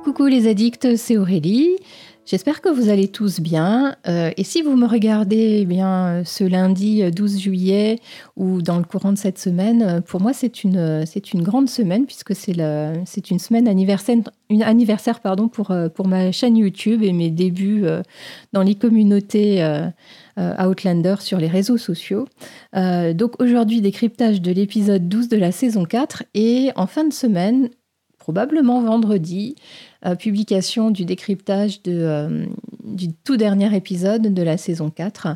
Coucou les addicts, c'est Aurélie. J'espère que vous allez tous bien. Et si vous me regardez ce lundi 12 juillet ou dans le courant de cette semaine, pour moi c'est une grande semaine puisque c'est une semaine anniversaire pour ma chaîne YouTube et mes débuts dans les communautés Outlander sur les réseaux sociaux. Donc aujourd'hui, décryptage de l'épisode 12 de la saison 4 et en fin de semaine, probablement vendredi, publication du décryptage du tout dernier épisode de la saison 4.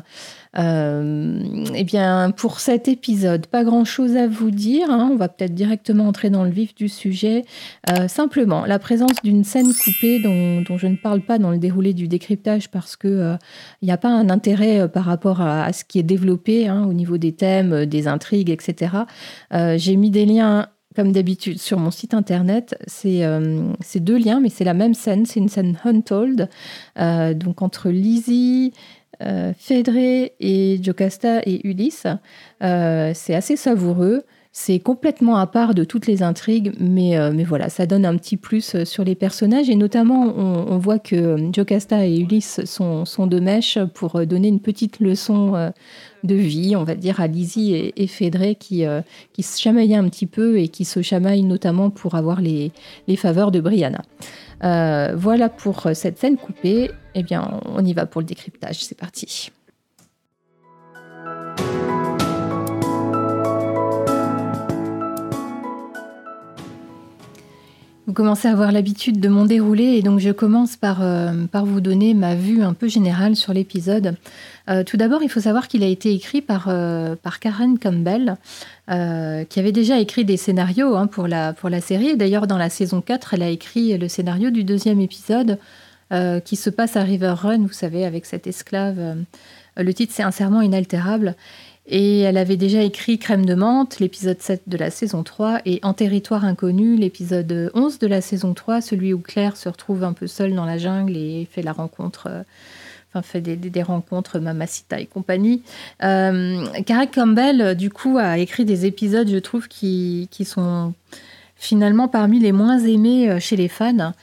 Pour cet épisode, pas grand-chose à vous dire. On va peut-être directement entrer dans le vif du sujet. Simplement, la présence d'une scène coupée dont je ne parle pas dans le déroulé du décryptage parce qu'il n'y a pas un intérêt par rapport à ce qui est développé au niveau des thèmes, des intrigues, etc. J'ai mis des liens comme d'habitude, sur mon site internet, c'est deux liens, mais c'est la même scène. C'est une scène Untold, donc entre Lizzie, Phèdre et Jocasta et Ulysse. C'est assez savoureux. C'est complètement à part de toutes les intrigues, mais voilà, ça donne un petit plus sur les personnages. Et notamment, on voit que Jocasta et Ulysse sont de mèche pour donner une petite leçon de vie, on va dire, à Lizzie et Phèdre qui se chamaillaient un petit peu et qui se chamaillent notamment pour avoir les faveurs de Brianna. Voilà pour cette scène coupée. Eh bien, on y va pour le décryptage. C'est parti. Vous commencez à avoir l'habitude de mon déroulé et donc je commence par vous donner ma vue un peu générale sur l'épisode. Tout d'abord, il faut savoir qu'il a été écrit par Karen Campbell, qui avait déjà écrit des scénarios pour la série. Et d'ailleurs, dans la saison 4, elle a écrit le scénario du deuxième épisode qui se passe à River Run, vous savez, avec cet esclave. Le titre, c'est Un serment inaltérable. Et elle avait déjà écrit Crème de menthe, l'épisode 7 de la saison 3, et En territoire inconnu, l'épisode 11 de la saison 3, celui où Claire se retrouve un peu seule dans la jungle et fait la rencontre, fait des rencontres, Mamacita et compagnie. Karen Campbell, du coup, a écrit des épisodes, je trouve, qui sont finalement parmi les moins aimés chez les fans.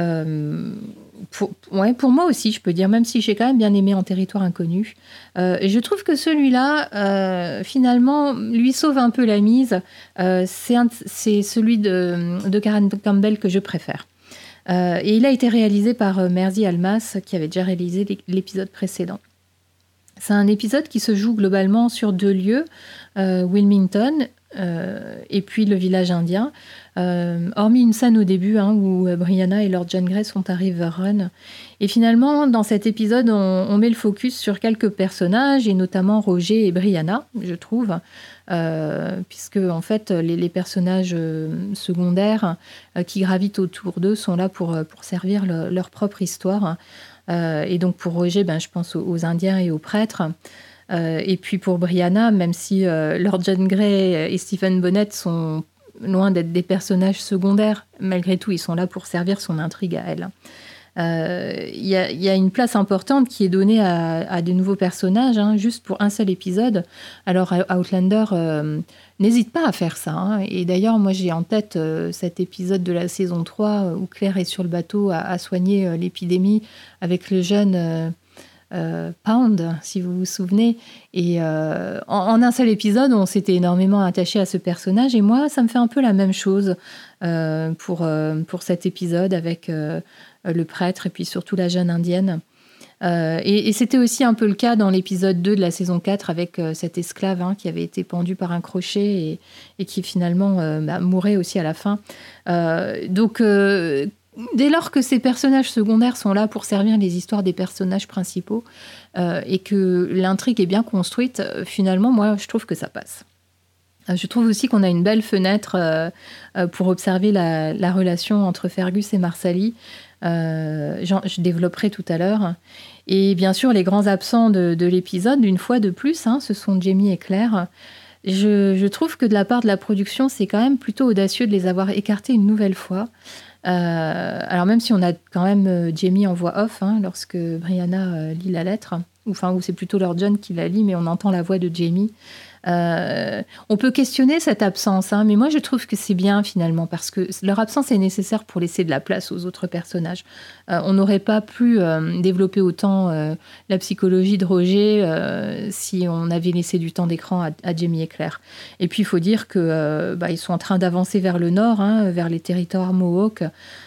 Pour moi aussi, je peux dire, même si j'ai quand même bien aimé En territoire inconnu. Et je trouve que celui-là, finalement, lui sauve un peu la mise. C'est celui de Karen Campbell que je préfère. Et il a été réalisé par Mersey Almas, qui avait déjà réalisé l'épisode précédent. C'est un épisode qui se joue globalement sur 2 lieux, Wilmington et puis le village indien. Hormis une scène au début où Brianna et Lord John Grey sont à River Run. Et finalement, dans cet épisode, on met le focus sur quelques personnages, et notamment Roger et Brianna, je trouve, puisque en fait, les personnages secondaires qui gravitent autour d'eux sont là pour servir leur propre histoire. Et donc pour Roger, je pense aux Indiens et aux prêtres. Et puis pour Brianna, même si Lord John Grey et Stephen Bonnet sont loin d'être des personnages secondaires, malgré tout, ils sont là pour servir son intrigue à elle. Il y a une place importante qui est donnée à de nouveaux personnages, juste pour un seul épisode. Alors Outlander n'hésite pas à faire ça. Et d'ailleurs, moi j'ai en tête cet épisode de la saison 3 où Claire est sur le bateau à soigner l'épidémie avec le jeune Pound, si vous vous souvenez. Et en un seul épisode, on s'était énormément attaché à ce personnage. Et moi, ça me fait un peu la même chose pour cet épisode avec le prêtre et puis surtout la jeune indienne. Et c'était aussi un peu le cas dans l'épisode 2 de la saison 4 avec cet esclave qui avait été pendu par un crochet et qui finalement mourait aussi à la fin. Donc dès lors que ces personnages secondaires sont là pour servir les histoires des personnages principaux et que l'intrigue est bien construite, finalement, moi, je trouve que ça passe. Je trouve aussi qu'on a une belle fenêtre pour observer la relation entre Fergus et Marsali. Je développerai tout à l'heure. Et bien sûr, les grands absents de l'épisode, une fois de plus, ce sont Jamie et Claire. Je trouve que de la part de la production, c'est quand même plutôt audacieux de les avoir écartés une nouvelle fois. Alors même si on a quand même Jamie en voix off lorsque Brianna lit la lettre, ou c'est plutôt Lord John qui la lit, mais on entend la voix de Jamie. On peut questionner cette absence, hein, mais moi je trouve que c'est bien finalement, parce que leur absence est nécessaire pour laisser de la place aux autres personnages. On n'aurait pas pu développer autant la psychologie de Roger si on avait laissé du temps d'écran à Jamie et Claire. Et puis il faut dire que ils sont en train d'avancer vers le nord, hein, vers les territoires Mohawk.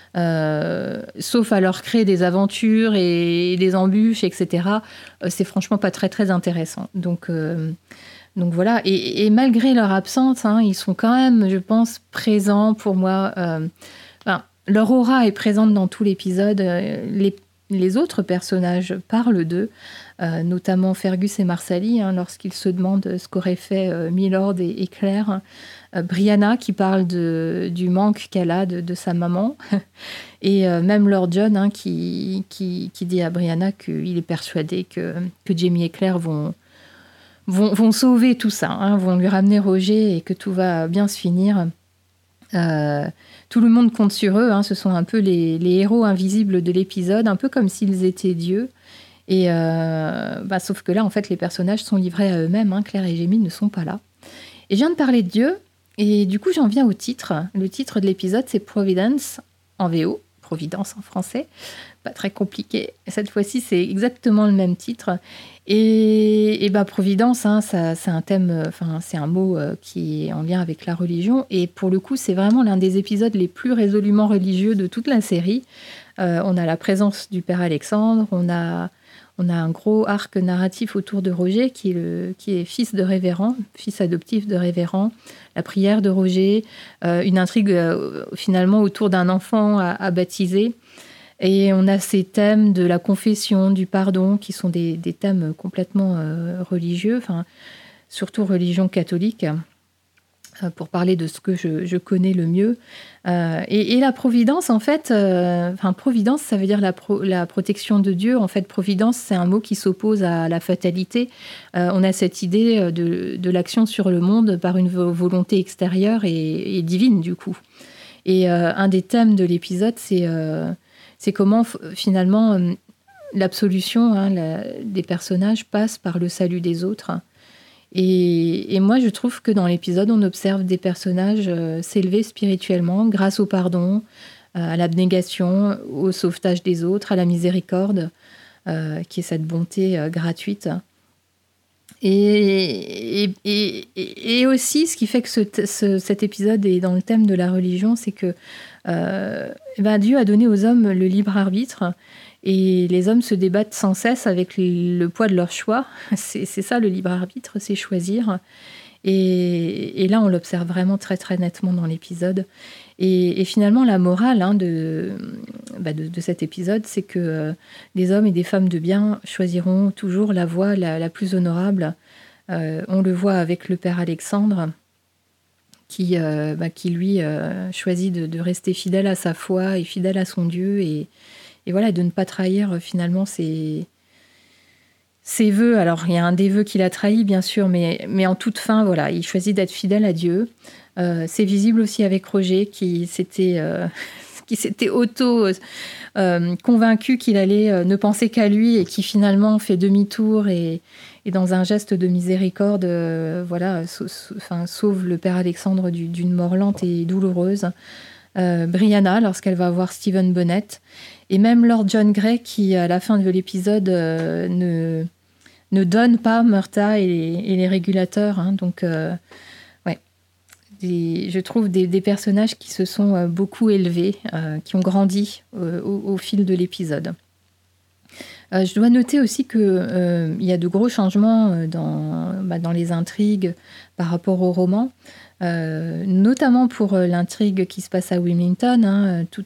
Sauf à leur créer des aventures et des embûches, etc. C'est franchement pas très très intéressant. Donc voilà, et malgré leur absence, hein, ils sont quand même, je pense, présents pour moi. Leur aura est présente dans tout l'épisode. Les autres personnages parlent d'eux, notamment Fergus et Marsali, hein, lorsqu'ils se demandent ce qu'auraient fait Milord et Claire. Brianna qui parle du manque qu'elle a de sa maman. Et même Lord John, hein, qui dit à Brianna qu'il est persuadé que Jamie et Claire vont sauver tout ça, hein, vont lui ramener Roger et que tout va bien se finir. Tout le monde compte sur eux, hein, ce sont un peu les héros invisibles de l'épisode, un peu comme s'ils étaient dieux. Et sauf que là, en fait, les personnages sont livrés à eux-mêmes, hein, Claire et Jamie ne sont pas là. Et je viens de parler de Dieu, et du coup, j'en viens au titre. Le titre de l'épisode, c'est Providence, en VO, Providence en français. Pas très compliqué. Cette fois-ci, c'est exactement le même titre. Et Providence, hein, ça, c'est un thème, c'est un mot qui est en lien avec la religion. Et pour le coup, c'est vraiment l'un des épisodes les plus résolument religieux de toute la série. On a la présence du père Alexandre, on a un gros arc narratif autour de Roger, qui est fils de révérend, fils adoptif de révérend, la prière de Roger, une intrigue finalement autour d'un enfant à baptiser. Et on a ces thèmes de la confession, du pardon, qui sont des thèmes complètement religieux, surtout religion catholique, pour parler de ce que je connais le mieux. Et la providence, en fait, providence, ça veut dire la protection de Dieu. En fait, providence, c'est un mot qui s'oppose à la fatalité. On a cette idée de l'action sur le monde par une volonté extérieure et divine, du coup. Et un des thèmes de l'épisode, c'est comment, finalement, l'absolution, hein, des personnages passe par le salut des autres. Et moi, je trouve que dans l'épisode, on observe des personnages s'élever spirituellement grâce au pardon, à l'abnégation, au sauvetage des autres, à la miséricorde, qui est cette bonté gratuite. Et aussi, ce qui fait que cet épisode est dans le thème de la religion, c'est que Dieu a donné aux hommes le libre arbitre, et les hommes se débattent sans cesse avec le poids de leur choix. C'est ça le libre arbitre, c'est choisir. Et là, on l'observe vraiment très très nettement dans l'épisode. Et finalement, la morale, hein, de cet épisode, c'est que des hommes et des femmes de bien choisiront toujours la voie la plus honorable. On le voit avec le père Alexandre, qui lui choisit de rester fidèle à sa foi et fidèle à son Dieu, et voilà, de ne pas trahir finalement ses vœux. Alors, il y a un des vœux qu'il a trahi, bien sûr, mais en toute fin, voilà, il choisit d'être fidèle à Dieu. C'est visible aussi avec Roger, qui s'était convaincu qu'il allait ne penser qu'à lui, et qui finalement fait demi-tour et dans un geste de miséricorde, sauve le père Alexandre d'une mort lente et douloureuse. Brianna, lorsqu'elle va voir Stephen Bonnet, et même Lord John Grey, qui à la fin de l'épisode ne donne pas Murtagh et les régulateurs, hein. Donc je trouve des personnages qui se sont beaucoup élevés, qui ont grandi au fil de l'épisode. Je dois noter aussi qu'il y a de gros changements dans les intrigues par rapport au roman, notamment pour l'intrigue qui se passe à Wilmington, hein, tout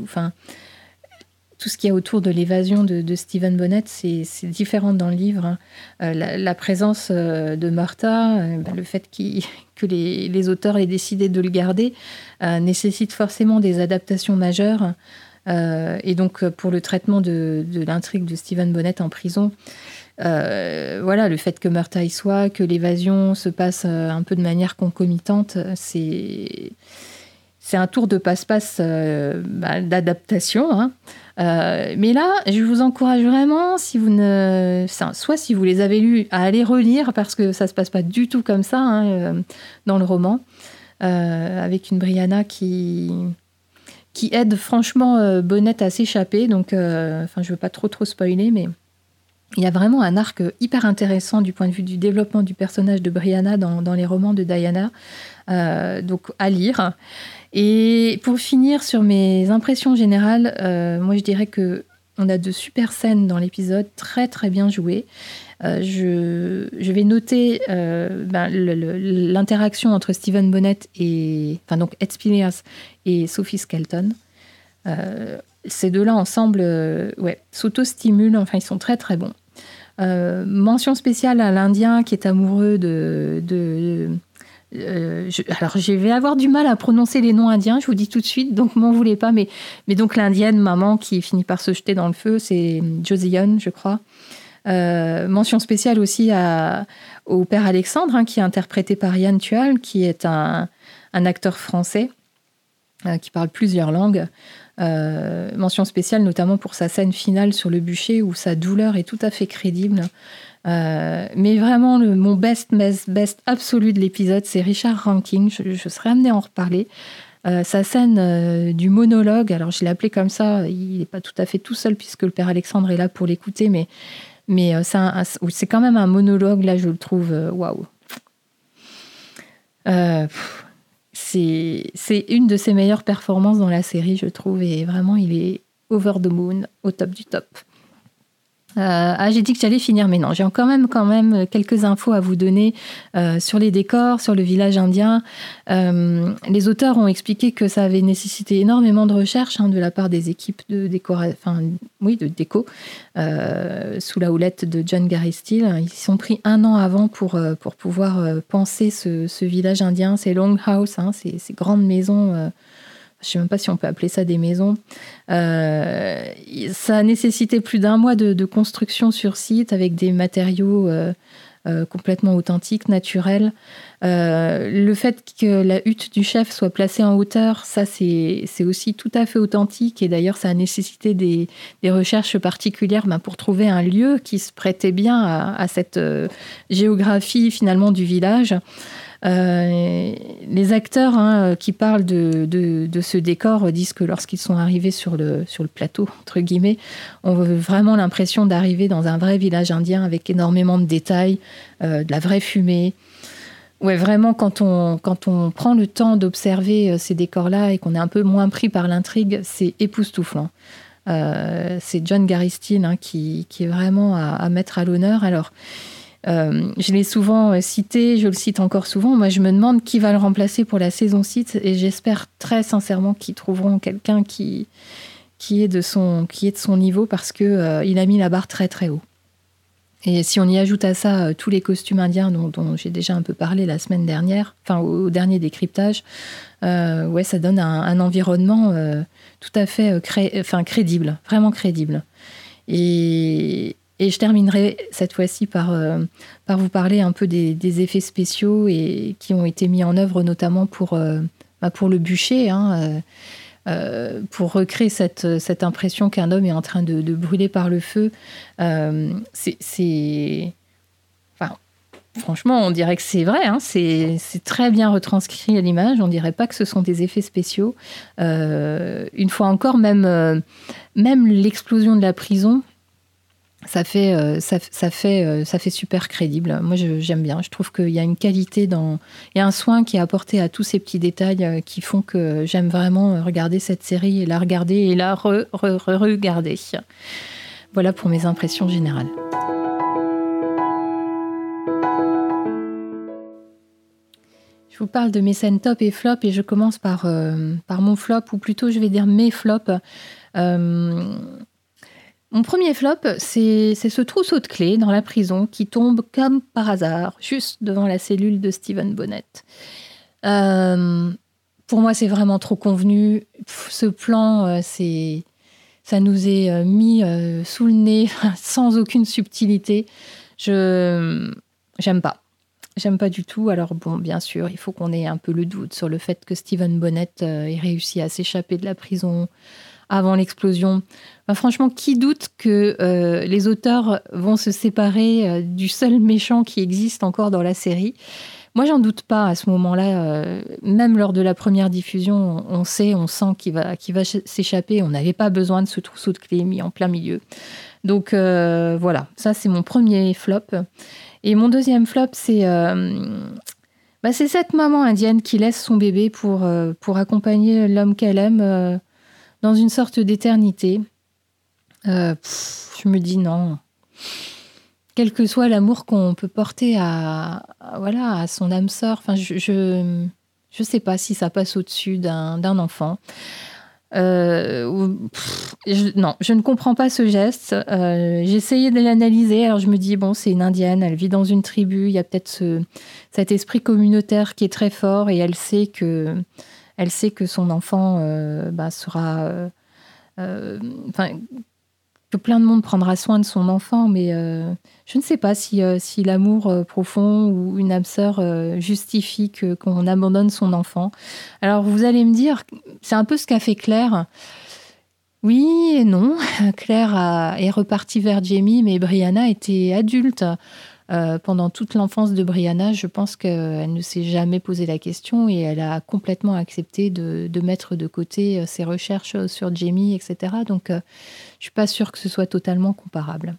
ce qu'il y a autour de l'évasion de Stephen Bonnet, c'est différent dans le livre, hein. La présence de Murtagh, le fait que les auteurs aient décidé de le garder, nécessite forcément des adaptations majeures. Et donc, pour le traitement de l'intrigue de Stephen Bonnet en prison, le fait que Murtagh y soit, que l'évasion se passe un peu de manière concomitante, c'est c'est un tour de passe-passe d'adaptation. Hein. Mais là, je vous encourage vraiment, si vous soit si vous les avez lus, à aller relire, parce que ça ne se passe pas du tout comme ça dans le roman, avec une Brianna qui aide franchement Bonnet à s'échapper. Donc, je ne veux pas trop spoiler, mais il y a vraiment un arc hyper intéressant du point de vue du développement du personnage de Brianna dans les romans de Diana. Donc, à lire. Et pour finir sur mes impressions générales, moi je dirais qu'on a de super scènes dans l'épisode, très très bien jouées. Je vais noter l'interaction entre Stephen Bonnet donc Ed Speleers et Sophie Skelton. Ces deux-là ensemble s'auto-stimulent, enfin ils sont très très bons. Mention spéciale à l'Indien qui est amoureux alors, je vais avoir du mal à prononcer les noms indiens, je vous dis tout de suite, donc m'en voulez pas. Mais donc, l'indienne, maman, qui finit par se jeter dans le feu, c'est Josie Young, je crois. Mention spéciale aussi au père Alexandre, qui est interprété par Yann Tual, qui est un acteur français qui parle plusieurs langues. Mention spéciale notamment pour sa scène finale sur le bûcher, où sa douleur est tout à fait crédible. Mais vraiment, mon best absolu de l'épisode, c'est Richard Rankin. Je serais amenée à en reparler. Sa scène du monologue, alors je l'ai appelé comme ça, il n'est pas tout à fait tout seul puisque le père Alexandre est là pour l'écouter, mais c'est quand même un monologue, là je le trouve waouh. C'est une de ses meilleures performances dans la série, je trouve, et vraiment il est over the moon, au top du top. J'ai dit que j'allais finir, mais non, j'ai quand même quelques infos à vous donner sur les décors, sur le village indien. Les auteurs ont expliqué que ça avait nécessité énormément de recherche de la part des équipes de déco, sous la houlette de John Gary Steele. Ils se sont pris 1 an avant pour pouvoir penser ce village indien, ces longhouses, ces grandes maisons. Je ne sais même pas si on peut appeler ça des maisons. Ça a nécessité plus d'1 mois de construction sur site avec des matériaux complètement authentiques, naturels. Le fait que la hutte du chef soit placée en hauteur, ça c'est aussi tout à fait authentique. Et d'ailleurs, ça a nécessité des recherches particulières pour trouver un lieu qui se prêtait bien à cette géographie finalement du village. Les acteurs qui parlent de ce décor disent que lorsqu'ils sont arrivés sur le plateau, entre guillemets, on a vraiment l'impression d'arriver dans un vrai village indien avec énormément de détails, de la vraie fumée. Ouais, vraiment, quand on prend le temps d'observer ces décors-là et qu'on est un peu moins pris par l'intrigue, c'est époustouflant. C'est John Gary Steele qui est vraiment à mettre à l'honneur. Alors, je l'ai souvent cité, je le cite encore souvent. Moi, je me demande qui va le remplacer pour la saison 6 et j'espère très sincèrement qu'ils trouveront quelqu'un qui est de son niveau parce que il a mis la barre très très haut. Et si on y ajoute à ça tous les costumes indiens dont j'ai déjà un peu parlé la semaine dernière, enfin au dernier décryptage, ça donne un environnement tout à fait crédible, vraiment crédible. Et je terminerai cette fois-ci par vous parler un peu des effets spéciaux et qui ont été mis en œuvre notamment pour le bûcher, pour recréer cette impression qu'un homme est en train de brûler par le feu. Franchement, on dirait que c'est vrai. C'est très bien retranscrit à l'image. On dirait pas que ce sont des effets spéciaux. Une fois encore, même l'explosion de la prison, ça fait super crédible. Moi, j'aime bien. Je trouve qu'il y a une qualité il y a un soin qui est apporté à tous ces petits détails qui font que j'aime vraiment regarder cette série et la regarder et la regarder. Voilà pour mes impressions générales. Je vous parle de mes scènes top et flop et je commence par mon flop, ou plutôt je vais dire mes flops. Mon premier flop, c'est ce trousseau de clés dans la prison qui tombe comme par hasard, juste devant la cellule de Stephen Bonnet. Pour moi, c'est vraiment trop convenu. Ce plan, ça nous est mis sous le nez sans aucune subtilité. J'aime pas. j'aime pas du tout. Alors bon, bien sûr, il faut qu'on ait un peu le doute sur le fait que Stephen Bonnet ait réussi à s'échapper de la prison avant l'explosion. Enfin, franchement, qui doute que les auteurs vont se séparer du seul méchant qui existe encore dans la série? Moi, j'en doute pas à ce moment-là. Même lors de la première diffusion, on sent qu'il va s'échapper. On n'avait pas besoin de ce trousseau de clés mis en plein milieu. Donc voilà, ça c'est mon premier flop. Et mon deuxième flop, c'est cette maman indienne qui laisse son bébé pour accompagner l'homme qu'elle aime dans une sorte d'éternité. Je me dis non. Quel que soit l'amour qu'on peut porter à son âme sœur, enfin, je sais pas si ça passe au-dessus d'un enfant. Non, je ne comprends pas ce geste. J'ai essayé de l'analyser. Alors je me dis, bon, c'est une indienne, elle vit dans une tribu, il y a peut-être cet esprit communautaire qui est très fort et elle sait que son enfant sera... que plein de monde prendra soin de son enfant, mais je ne sais pas si l'amour profond ou une âme sœur justifie qu'on abandonne son enfant. Alors vous allez me dire, c'est un peu ce qu'a fait Claire. Oui et non. Claire est repartie vers Jamie, mais Brianna était adulte. Pendant toute l'enfance de Brianna, je pense qu'elle ne s'est jamais posé la question et elle a complètement accepté de mettre de côté ses recherches sur Jamie, etc. Donc, je ne suis pas sûre que ce soit totalement comparable.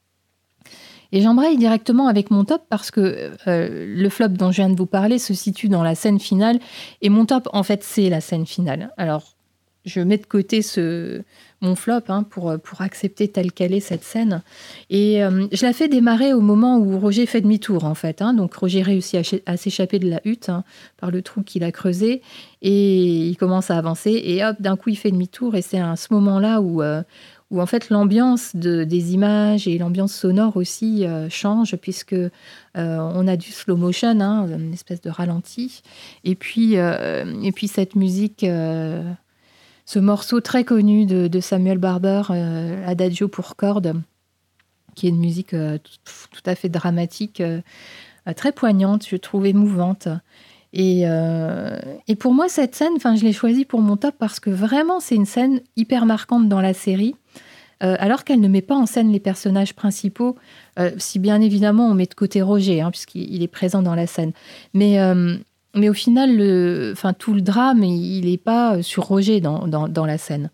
Et j'embraye directement avec mon top parce que le flop dont je viens de vous parler se situe dans la scène finale. Et mon top, en fait, c'est la scène finale. Alors, je mets de côté mon flop pour accepter telle qu'elle est cette scène. Et je la fais démarrer au moment où Roger fait demi-tour, en fait. Donc, Roger réussit à s'échapper de la hutte par le trou qu'il a creusé. Et il commence à avancer. Et hop, d'un coup, il fait demi-tour. Et c'est à ce moment-là où en fait, l'ambiance des images et l'ambiance sonore aussi change, puisque on a du slow motion, une espèce de ralenti. Et puis cette musique... ce morceau très connu de Samuel Barber, Adagio pour cordes, qui est une musique tout à fait dramatique, très poignante, je trouve émouvante. Et pour moi, cette scène, je l'ai choisie pour mon top parce que vraiment, c'est une scène hyper marquante dans la série, alors qu'elle ne met pas en scène les personnages principaux, si bien évidemment on met de côté Roger, puisqu'il est présent dans la scène. Mais au final, tout le drame, il n'est pas sur Roger dans la scène.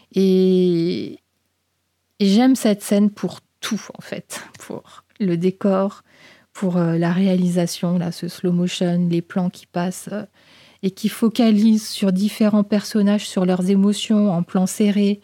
Et j'aime cette scène pour tout, en fait. Pour le décor, pour la réalisation, là, ce slow motion, les plans qui passent et qui focalisent sur différents personnages, sur leurs émotions en plan serré.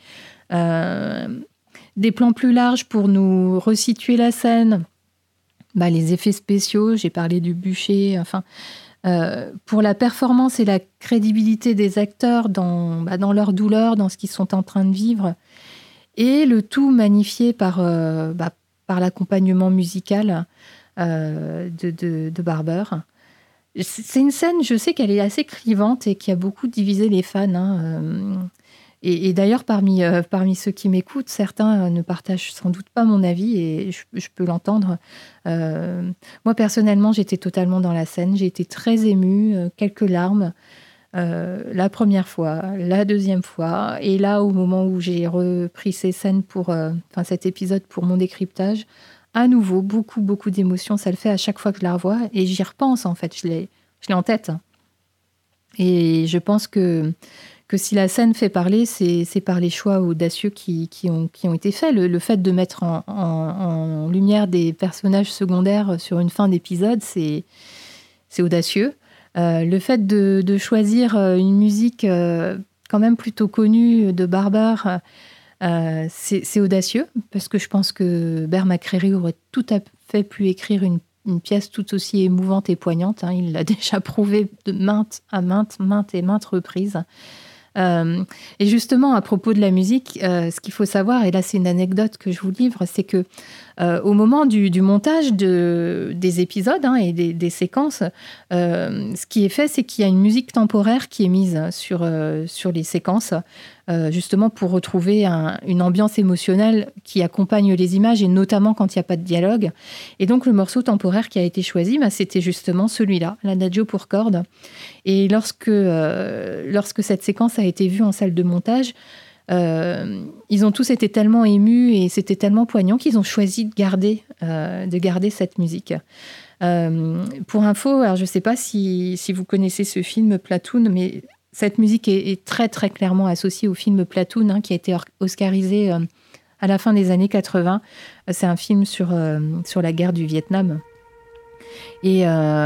Des plans plus larges pour nous resituer la scène. Les effets spéciaux, j'ai parlé du bûcher, pour la performance et la crédibilité des acteurs dans leur douleur, dans ce qu'ils sont en train de vivre, et le tout magnifié par l'accompagnement musical de Barber. C'est une scène, je sais qu'elle est assez clivante et qui a beaucoup divisé les fans. Et d'ailleurs, parmi ceux qui m'écoutent, certains ne partagent sans doute pas mon avis et je peux l'entendre. Moi, personnellement, j'étais totalement dans la scène. J'ai été très émue, quelques larmes. La première fois, la deuxième fois. Et là, au moment où j'ai repris ces scènes cet épisode pour mon décryptage, à nouveau, beaucoup, beaucoup d'émotions. Ça le fait à chaque fois que je la revois. Et j'y repense, en fait. Je l'ai en tête. Et je pense que si la scène fait parler, c'est par les choix audacieux qui ont été faits. Le fait de mettre en lumière des personnages secondaires sur une fin d'épisode, c'est audacieux. Le fait de choisir une musique quand même plutôt connue de Barber, c'est audacieux, parce que je pense que Bear McCreary aurait tout à fait pu écrire une pièce tout aussi émouvante et poignante. Il l'a déjà prouvé de maintes reprises. Et justement, à propos de la musique, ce qu'il faut savoir, et là c'est une anecdote que je vous livre, c'est que Au moment du montage des épisodes et des séquences, ce qui est fait, c'est qu'il y a une musique temporaire qui est mise sur les séquences, justement pour retrouver une ambiance émotionnelle qui accompagne les images, et notamment quand il n'y a pas de dialogue. Et donc, le morceau temporaire qui a été choisi, c'était justement celui-là, l'Adagio pour cordes. Et lorsque cette séquence a été vue en salle de montage, ils ont tous été tellement émus et c'était tellement poignant qu'ils ont choisi de garder cette musique. Pour info, alors je ne sais pas si vous connaissez ce film Platoon, mais cette musique est très très clairement associée au film Platoon, qui a été oscarisé à la fin des années 80. C'est un film sur la guerre du Vietnam. Et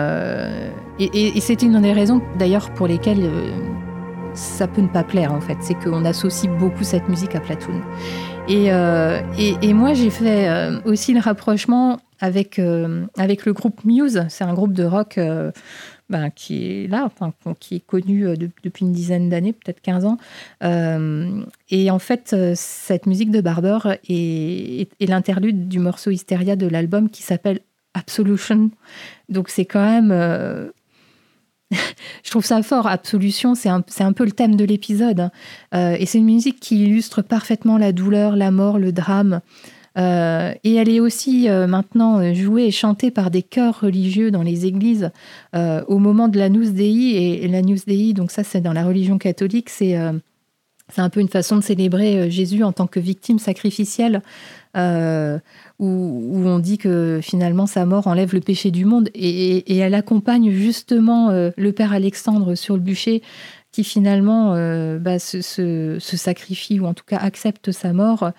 c'est une des raisons d'ailleurs pour lesquelles ça peut ne pas plaire, en fait. C'est qu'on associe beaucoup cette musique à Platoon. Et moi, j'ai fait aussi le rapprochement avec le groupe Muse. C'est un groupe de rock qui est là, qui est connu depuis une dizaine d'années, peut-être 15 ans. Et en fait, cette musique de Barber est l'interlude du morceau Hysteria de l'album qui s'appelle Absolution. Donc c'est quand même... je trouve ça fort. Absolution, c'est un peu le thème de l'épisode. Et c'est une musique qui illustre parfaitement la douleur, la mort, le drame. Et elle est aussi maintenant jouée et chantée par des chœurs religieux dans les églises au moment de l'Agnus Dei. Et l'Agnus Dei, donc ça c'est dans la religion catholique, c'est un peu une façon de célébrer Jésus en tant que victime sacrificielle, où on dit que finalement sa mort enlève le péché du monde. Et elle accompagne justement le père Alexandre sur le bûcher, qui finalement se sacrifie, ou en tout cas accepte sa mort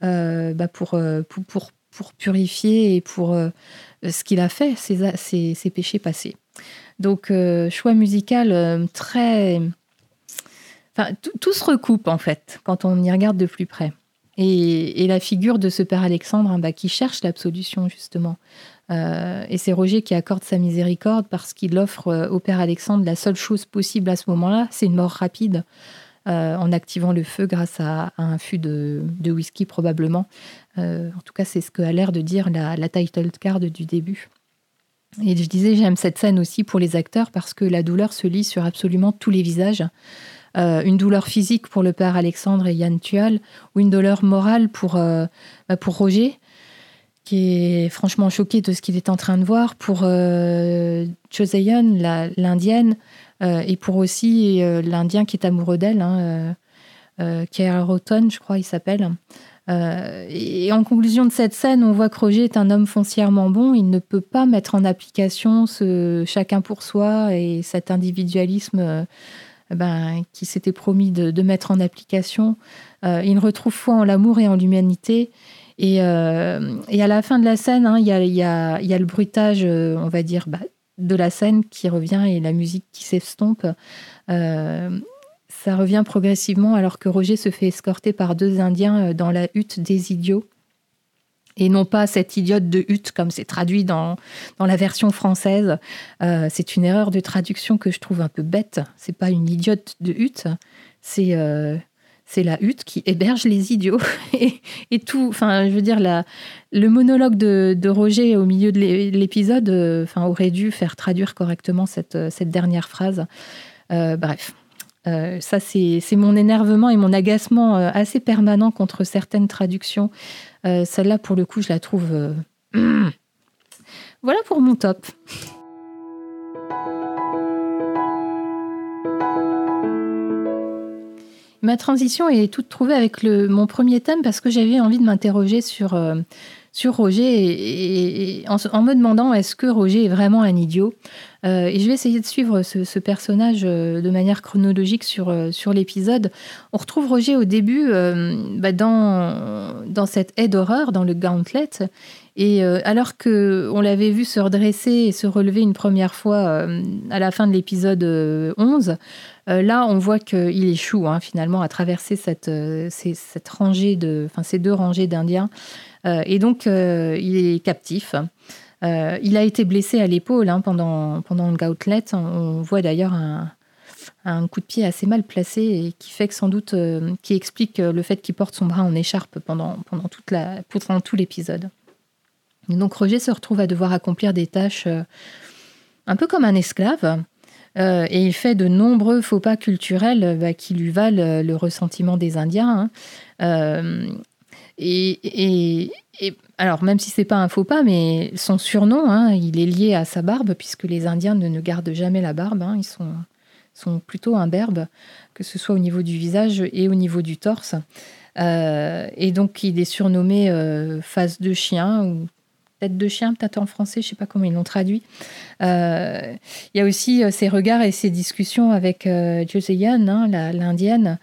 pour purifier et pour ce qu'il a fait, ses péchés passés. Donc, choix musical très... Enfin, tout se recoupe, en fait, quand on y regarde de plus près. Et la figure de ce père Alexandre qui cherche l'absolution, justement. Et c'est Roger qui accorde sa miséricorde parce qu'il offre au père Alexandre la seule chose possible à ce moment-là, c'est une mort rapide, en activant le feu grâce à un fût de whisky, probablement. En tout cas, c'est ce qu'a l'air de dire la title card du début. Et je disais, j'aime cette scène aussi pour les acteurs parce que la douleur se lit sur absolument tous les visages. Une douleur physique pour le père Alexandre et Yann Tual, ou une douleur morale pour Roger, qui est franchement choqué de ce qu'il est en train de voir, pour Joseon, l'indienne, et pour aussi l'Indien qui est amoureux d'elle, K.R. Roton, je crois il s'appelle. Et en conclusion de cette scène, on voit que Roger est un homme foncièrement bon. Il ne peut pas mettre en application ce chacun pour soi et cet individualisme qui s'était promis de mettre en application. Il retrouve foi en l'amour et en l'humanité. Et à la fin de la scène, il y a le bruitage, on va dire, de la scène qui revient et la musique qui s'estompe. Ça revient progressivement alors que Roger se fait escorter par 2 Indiens dans la hutte des idiots. Et non pas cette idiote de hutte, comme c'est traduit dans la version française. C'est une erreur de traduction que je trouve un peu bête. C'est pas une idiote de hutte, c'est la hutte qui héberge les idiots. et tout, enfin, je veux dire, le monologue de Roger au milieu de l'épisode aurait dû faire traduire correctement cette dernière phrase. Bref. Ça, c'est mon énervement et mon agacement assez permanent contre certaines traductions. Celle-là, pour le coup, je la trouve... Voilà pour mon top. Ma transition est toute trouvée avec mon premier thème parce que j'avais envie de m'interroger sur Roger et en me demandant est-ce que Roger est vraiment un idiot. Et je vais essayer de suivre ce personnage de manière chronologique sur l'épisode. On retrouve Roger au début dans cette haie d'horreur, dans le Gauntlet. Et alors qu'on l'avait vu se redresser et se relever une première fois à la fin de l'épisode 11, là, on voit qu'il échoue finalement à traverser cette rangée ces 2 rangées d'Indiens. Et donc, il est captif. Il a été blessé à l'épaule pendant le Gauntlet. On voit d'ailleurs un coup de pied assez mal placé et qui fait que sans doute, qui explique le fait qu'il porte son bras en écharpe pendant tout l'épisode. Et donc Roger se retrouve à devoir accomplir des tâches un peu comme un esclave, et il fait de nombreux faux pas culturels qui lui valent le ressentiment des Indiens. Et alors, même si c'est pas un faux pas, mais son surnom, il est lié à sa barbe, puisque les Indiens ne gardent jamais la barbe. Ils sont plutôt imberbes, que ce soit au niveau du visage et au niveau du torse. Et donc, il est surnommé face de chien ou tête de chien, peut-être en français, je ne sais pas comment ils l'ont traduit. Il y a aussi ses regards et ses discussions avec Joseon, l'Indienne,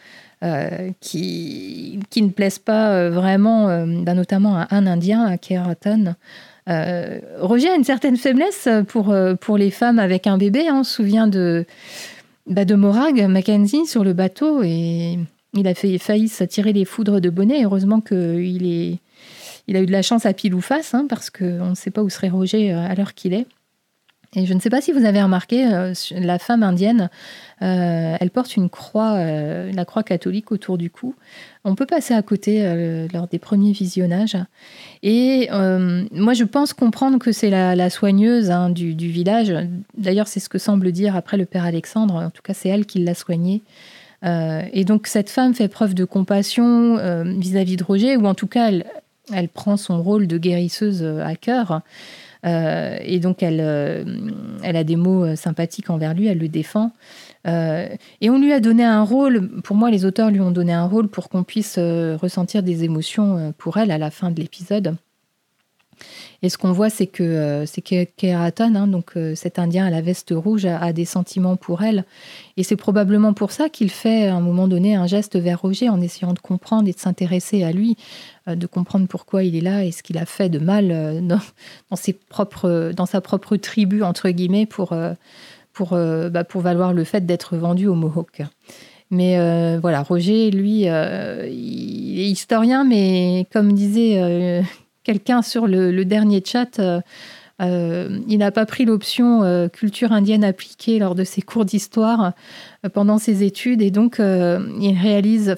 qui ne plaisent pas vraiment, notamment à un Indien, à Keraton. Roger a une certaine faiblesse pour les femmes avec un bébé. On se souvient de Morag Mackenzie sur le bateau, et il a failli s'attirer les foudres de Bonnet. Heureusement qu'il a eu de la chance à pile ou face, parce qu'on ne sait pas où serait Roger à l'heure qu'il est. Et je ne sais pas si vous avez remarqué, la femme indienne, elle porte une croix, la croix catholique autour du cou. On peut passer à côté lors des premiers visionnages. Et moi, je pense comprendre que c'est la soigneuse du village. D'ailleurs, c'est ce que semble dire après le père Alexandre. En tout cas, c'est elle qui l'a soignée. Et donc, cette femme fait preuve de compassion vis-à-vis de Roger, ou en tout cas, elle prend son rôle de guérisseuse à cœur. Et donc, elle a des mots sympathiques envers lui, elle le défend. Et on lui a donné un rôle, pour moi, les auteurs lui ont donné un rôle pour qu'on puisse ressentir des émotions pour elle à la fin de l'épisode. Et ce qu'on voit, c'est que Keraton, donc cet Indien à la veste rouge, a des sentiments pour elle. Et c'est probablement pour ça qu'il fait, à un moment donné, un geste vers Roger en essayant de comprendre et de s'intéresser à lui, de comprendre pourquoi il est là et ce qu'il a fait de mal dans sa propre tribu, entre guillemets, pour valoir le fait d'être vendu aux Mohawks. Mais voilà, Roger, lui, il est historien, mais comme disait quelqu'un sur le dernier chat, il n'a pas pris l'option culture indienne appliquée lors de ses cours d'histoire pendant ses études, et donc il réalise,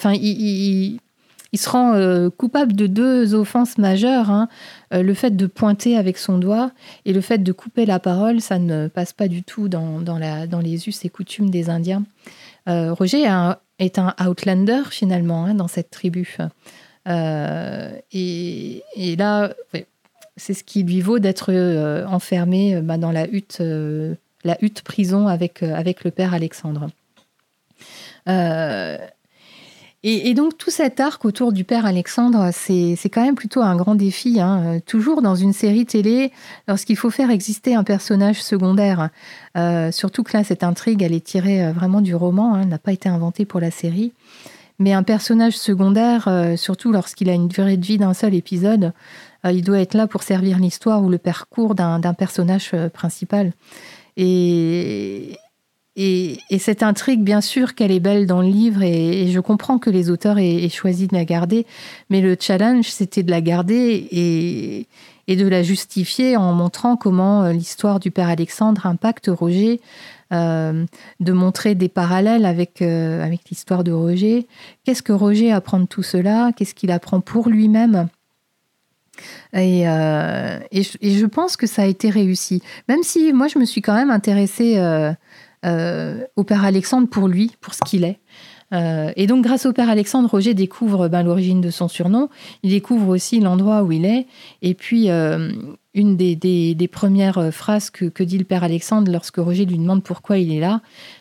il se rend coupable de 2 offenses majeures, le fait de pointer avec son doigt et le fait de couper la parole. Ça ne passe pas du tout dans les us et coutumes des Indiens. Roger est un outlander finalement, dans cette tribu. Et là, c'est ce qui lui vaut d'être enfermé dans la hutte prison avec le père Alexandre. Et donc tout cet arc autour du père Alexandre, c'est quand même plutôt un grand défi. Toujours dans une série télé, lorsqu'il faut faire exister un personnage secondaire. Surtout que là, cette intrigue, elle est tirée vraiment du roman, elle n'a pas été inventée pour la série. Mais un personnage secondaire, surtout lorsqu'il a une durée de vie d'un seul épisode, il doit être là pour servir l'histoire ou le parcours d'un personnage principal. Et cette intrigue, bien sûr qu'elle est belle dans le livre, et je comprends que les auteurs aient choisi de la garder, mais le challenge, c'était de la garder et de la justifier en montrant comment l'histoire du père Alexandre impacte Roger, de montrer des parallèles avec l'histoire de Roger. Qu'est-ce que Roger apprend de tout cela? Qu'est-ce qu'il apprend pour lui-même? Et je pense que ça a été réussi. Même si moi, je me suis quand même intéressée au père Alexandre pour lui, pour ce qu'il est. Et donc, grâce au père Alexandre, Roger découvre l'origine de son surnom. Il découvre aussi l'endroit où il est. Et puis, une des premières phrases que dit le père Alexandre lorsque Roger lui demande pourquoi il est là,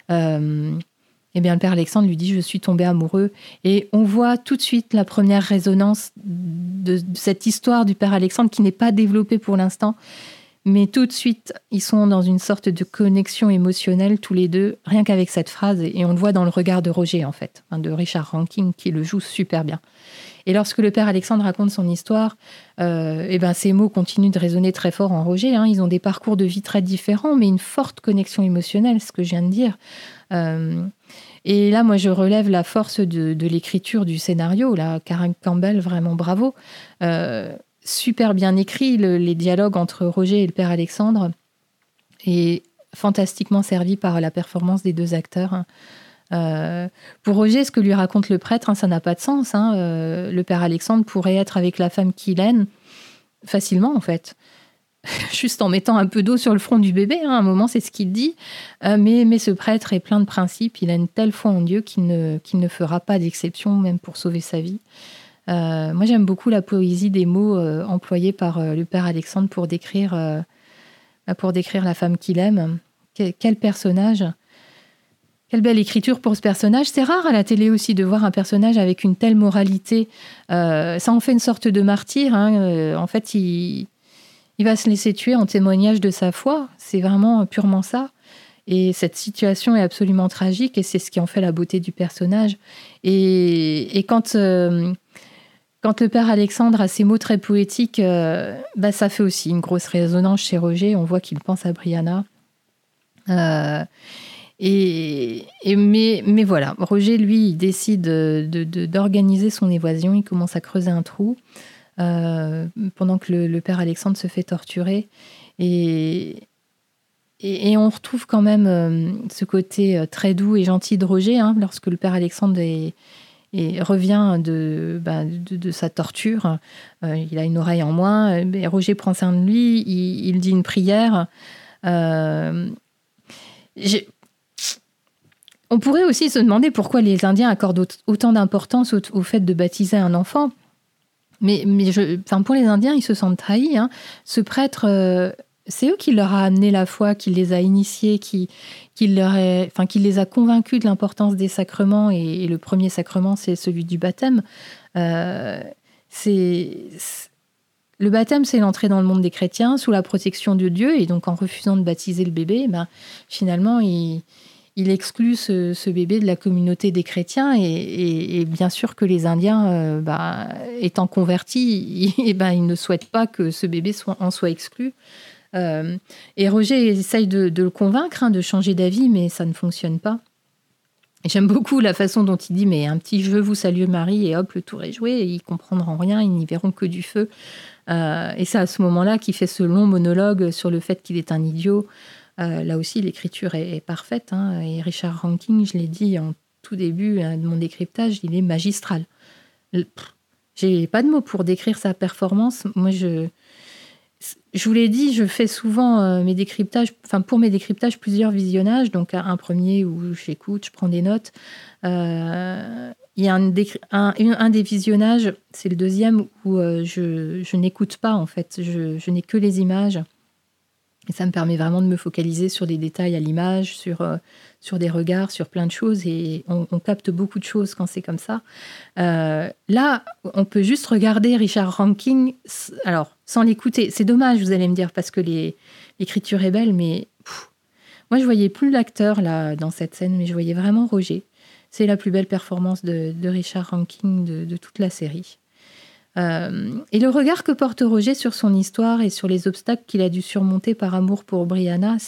eh bien, le père Alexandre lui dit « Je suis tombé amoureux ». Et on voit tout de suite la première résonance de cette histoire du père Alexandre qui n'est pas développée pour l'instant. Mais tout de suite, ils sont dans une sorte de connexion émotionnelle, tous les deux, rien qu'avec cette phrase. Et on le voit dans le regard de Roger, en fait, de Richard Rankin, qui le joue super bien. Et lorsque le père Alexandre raconte son histoire, ces mots continuent de résonner très fort en Roger. Ils ont des parcours de vie très différents, mais une forte connexion émotionnelle, ce que je viens de dire. Et là, moi, je relève la force de l'écriture du scénario. Là, Karen Campbell, vraiment bravo. Super bien écrit, les dialogues entre Roger et le père Alexandre, et fantastiquement servi par la performance des 2 acteurs. Pour Roger, ce que lui raconte le prêtre, ça n'a pas de sens. Le père Alexandre pourrait être avec la femme qu'il aime facilement, en fait. Juste en mettant un peu d'eau sur le front du bébé, à un moment, c'est ce qu'il dit. Mais ce prêtre est plein de principes. Il a une telle foi en Dieu qu'il ne fera pas d'exception, même pour sauver sa vie. Moi, j'aime beaucoup la poésie des mots employés par le père Alexandre pour décrire la femme qu'il aime. Quel personnage! Quelle belle écriture pour ce personnage. C'est rare à la télé aussi de voir un personnage avec une telle moralité. Ça en fait une sorte de martyr. En fait, il va se laisser tuer en témoignage de sa foi. C'est vraiment purement ça. Et cette situation est absolument tragique et c'est ce qui en fait la beauté du personnage. Et quand le père Alexandre a ces mots très poétiques, ça fait aussi une grosse résonance chez Roger. On voit qu'il pense à Brianna. Mais voilà, Roger, lui, il décide d'organiser son évasion. Il commence à creuser un trou pendant que le père Alexandre se fait torturer. Et on retrouve quand même ce côté très doux et gentil de Roger, lorsque le père Alexandre revient de sa torture. Il a une oreille en moins. Roger prend soin de lui, il dit une prière. On pourrait aussi se demander pourquoi les Indiens accordent autant d'importance au fait de baptiser un enfant. Mais pour les Indiens, ils se sentent trahis. Ce prêtre, c'est eux qui leur a amené la foi, qui les a initiés, qui les a convaincus de l'importance des sacrements. Et le premier sacrement, c'est celui du baptême. Le baptême, c'est l'entrée dans le monde des chrétiens sous la protection de Dieu. Et donc, en refusant de baptiser le bébé, finalement, il exclut ce bébé de la communauté des chrétiens et bien sûr que les Indiens, étant convertis, ils ne souhaitent pas que ce bébé en soit exclu. Et Roger essaye de le convaincre, de changer d'avis, mais ça ne fonctionne pas. Et j'aime beaucoup la façon dont il dit « mais un petit « je vous salue Marie » et hop, le tour est joué, et ils ne comprendront rien, ils n'y verront que du feu. Et c'est à ce moment-là qu'il fait ce long monologue sur le fait qu'il est un idiot. Là aussi, l'écriture est parfaite. Et Richard Rankin, je l'ai dit en tout début de mon décryptage, il est magistral. J'ai pas de mots pour décrire sa performance. Moi, je vous l'ai dit, je fais souvent mes décryptages, pour mes décryptages, plusieurs visionnages. Donc, un premier où j'écoute, je prends des notes. Il y a un des visionnages, c'est le deuxième, où je n'écoute pas, en fait. Je n'ai que les images. Et ça me permet vraiment de me focaliser sur des détails à l'image, sur des regards, sur plein de choses. Et on capte beaucoup de choses quand c'est comme ça. Là, on peut juste regarder Richard Rankin, alors, sans l'écouter. C'est dommage, vous allez me dire, parce que l'écriture est belle, mais moi, je voyais plus l'acteur là dans cette scène, mais je voyais vraiment Roger. C'est la plus belle performance de Richard Rankin de toute la série. Et le regard que porte Roger sur son histoire et sur les obstacles qu'il a dû surmonter par amour pour Brianna,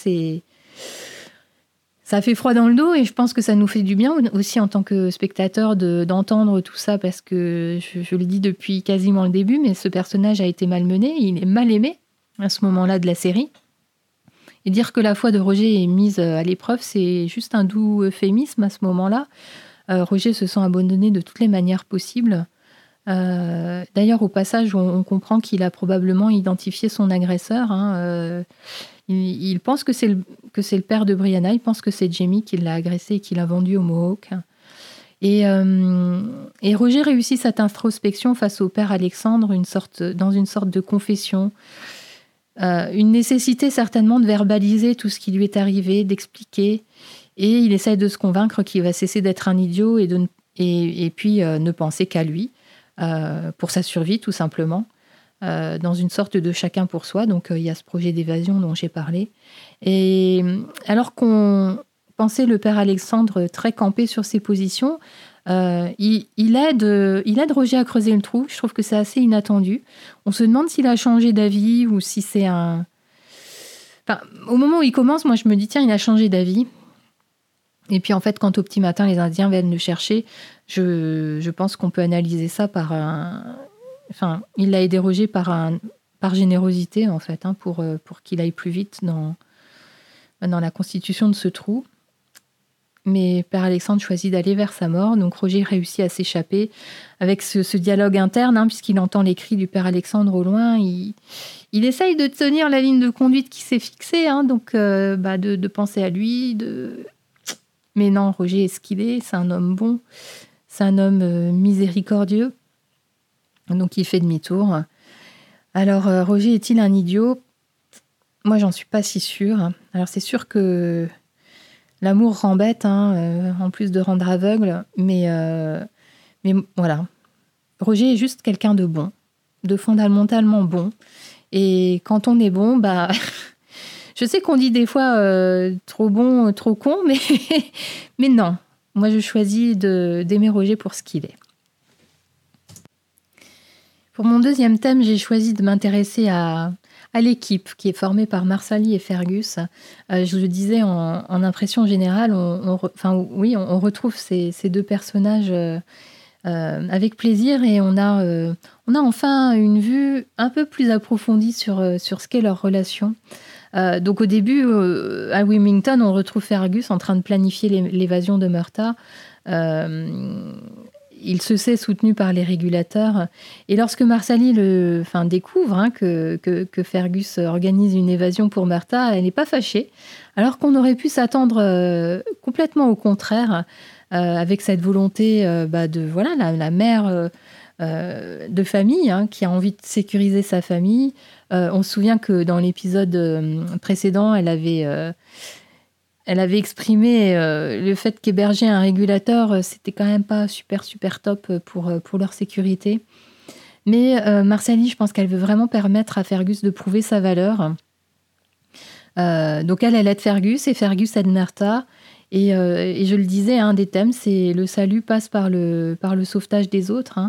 ça fait froid dans le dos et je pense que ça nous fait du bien aussi en tant que spectateur d'entendre tout ça parce que je le dis depuis quasiment le début, mais ce personnage a été malmené, il est mal aimé à ce moment-là de la série. Et dire que la foi de Roger est mise à l'épreuve, c'est juste un doux euphémisme à ce moment-là. Roger se sent abandonné de toutes les manières possibles. D'ailleurs, au passage, on comprend qu'il a probablement identifié son agresseur. Il pense que c'est le père de Brianna. Il pense que c'est Jamie qui l'a agressé et qui l'a vendu au Mohawk. Et Roger réussit cette introspection face au père Alexandre dans une sorte de confession. Une nécessité certainement de verbaliser tout ce qui lui est arrivé, d'expliquer. Et il essaye de se convaincre qu'il va cesser d'être un idiot et puis ne penser qu'à lui. Pour sa survie, tout simplement, dans une sorte de chacun pour soi. Donc, il y a ce projet d'évasion dont j'ai parlé. Et alors qu'on pensait le père Alexandre très campé sur ses positions, il aide Roger à creuser le trou. Je trouve que c'est assez inattendu. On se demande s'il a changé d'avis ou si c'est un... au moment où il commence, moi, je me dis, tiens, il a changé d'avis. Et puis, en fait, quand au petit matin, les Indiens viennent le chercher, je pense qu'on peut analyser ça par il l'a aidé Roger par générosité, en fait, pour qu'il aille plus vite dans la constitution de ce trou. mais Père Alexandre choisit d'aller vers sa mort. Donc Roger réussit à s'échapper avec ce dialogue interne, puisqu'il entend les cris du Père Alexandre au loin. Il essaye de tenir la ligne de conduite qui s'est fixée, donc de penser à lui. Mais non, Roger est ce qu'il est, c'est un homme bon, c'est un homme miséricordieux. Donc il fait demi-tour. Alors Roger est-il un idiot ? Moi, j'en suis pas si sûre. Alors c'est sûr que l'amour rend bête, en plus de rendre aveugle. Mais voilà. Roger est juste quelqu'un de bon, de fondamentalement bon. Et quand on est bon, je sais qu'on dit des fois trop bon, trop con, mais non. Moi, je choisis d'aimer Roger pour ce qu'il est. Pour mon deuxième thème, j'ai choisi de m'intéresser à l'équipe qui est formée par Marsali et Fergus. Je le disais en impression générale, on retrouve ces deux personnages avec plaisir et on a enfin une vue un peu plus approfondie sur ce qu'est leur relation. Donc au début, à Wilmington, on retrouve Fergus en train de planifier l'évasion de Murtagh. Il se sait soutenu par les régulateurs. Et lorsque Marsali découvre que Fergus organise une évasion pour Murtagh, elle n'est pas fâchée, alors qu'on aurait pu s'attendre complètement au contraire, avec cette volonté la mère de famille qui a envie de sécuriser sa famille. On se souvient que dans l'épisode précédent, elle avait exprimé le fait qu'héberger un régulateur, c'était quand même pas super, super top pour leur sécurité. Mais Marsali, je pense qu'elle veut vraiment permettre à Fergus de prouver sa valeur. Donc elle aide Fergus et Fergus aide Murtagh. Et je le disais, un des thèmes, c'est le salut passe par le sauvetage des autres.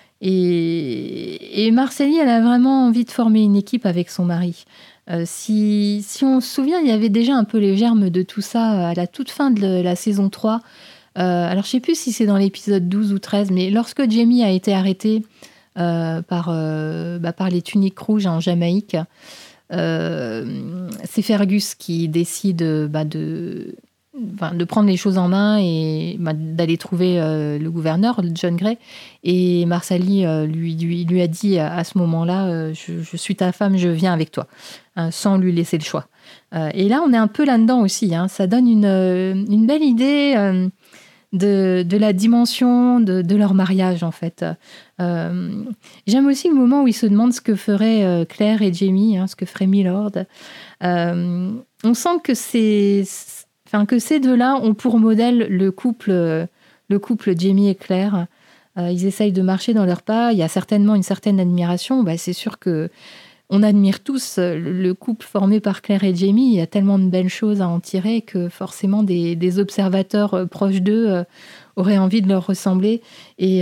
Et Marsali, elle a vraiment envie de former une équipe avec son mari. Si on se souvient, il y avait déjà un peu les germes de tout ça à la toute fin de la saison 3. Alors, je ne sais plus si c'est dans l'épisode 12 ou 13, mais lorsque Jamie a été arrêté par les tuniques rouges en Jamaïque, c'est Fergus qui décide de prendre les choses en main et d'aller trouver le gouverneur, John Grey. Et Marsali lui a dit à ce moment-là, je suis ta femme, je viens avec toi, sans lui laisser le choix. Et là, on est un peu là-dedans aussi. Ça donne une belle idée de la dimension de leur mariage, en fait. J'aime aussi le moment où ils se demandent ce que feraient Claire et Jamie, ce que ferait Milord. On sent que que ces deux-là ont pour modèle le couple Jamie et Claire. Ils essayent de marcher dans leurs pas. Il y a certainement une certaine admiration. C'est sûr que on admire tous le couple formé par Claire et Jamie. Il y a tellement de belles choses à en tirer que forcément des observateurs proches d'eux auraient envie de leur ressembler. Et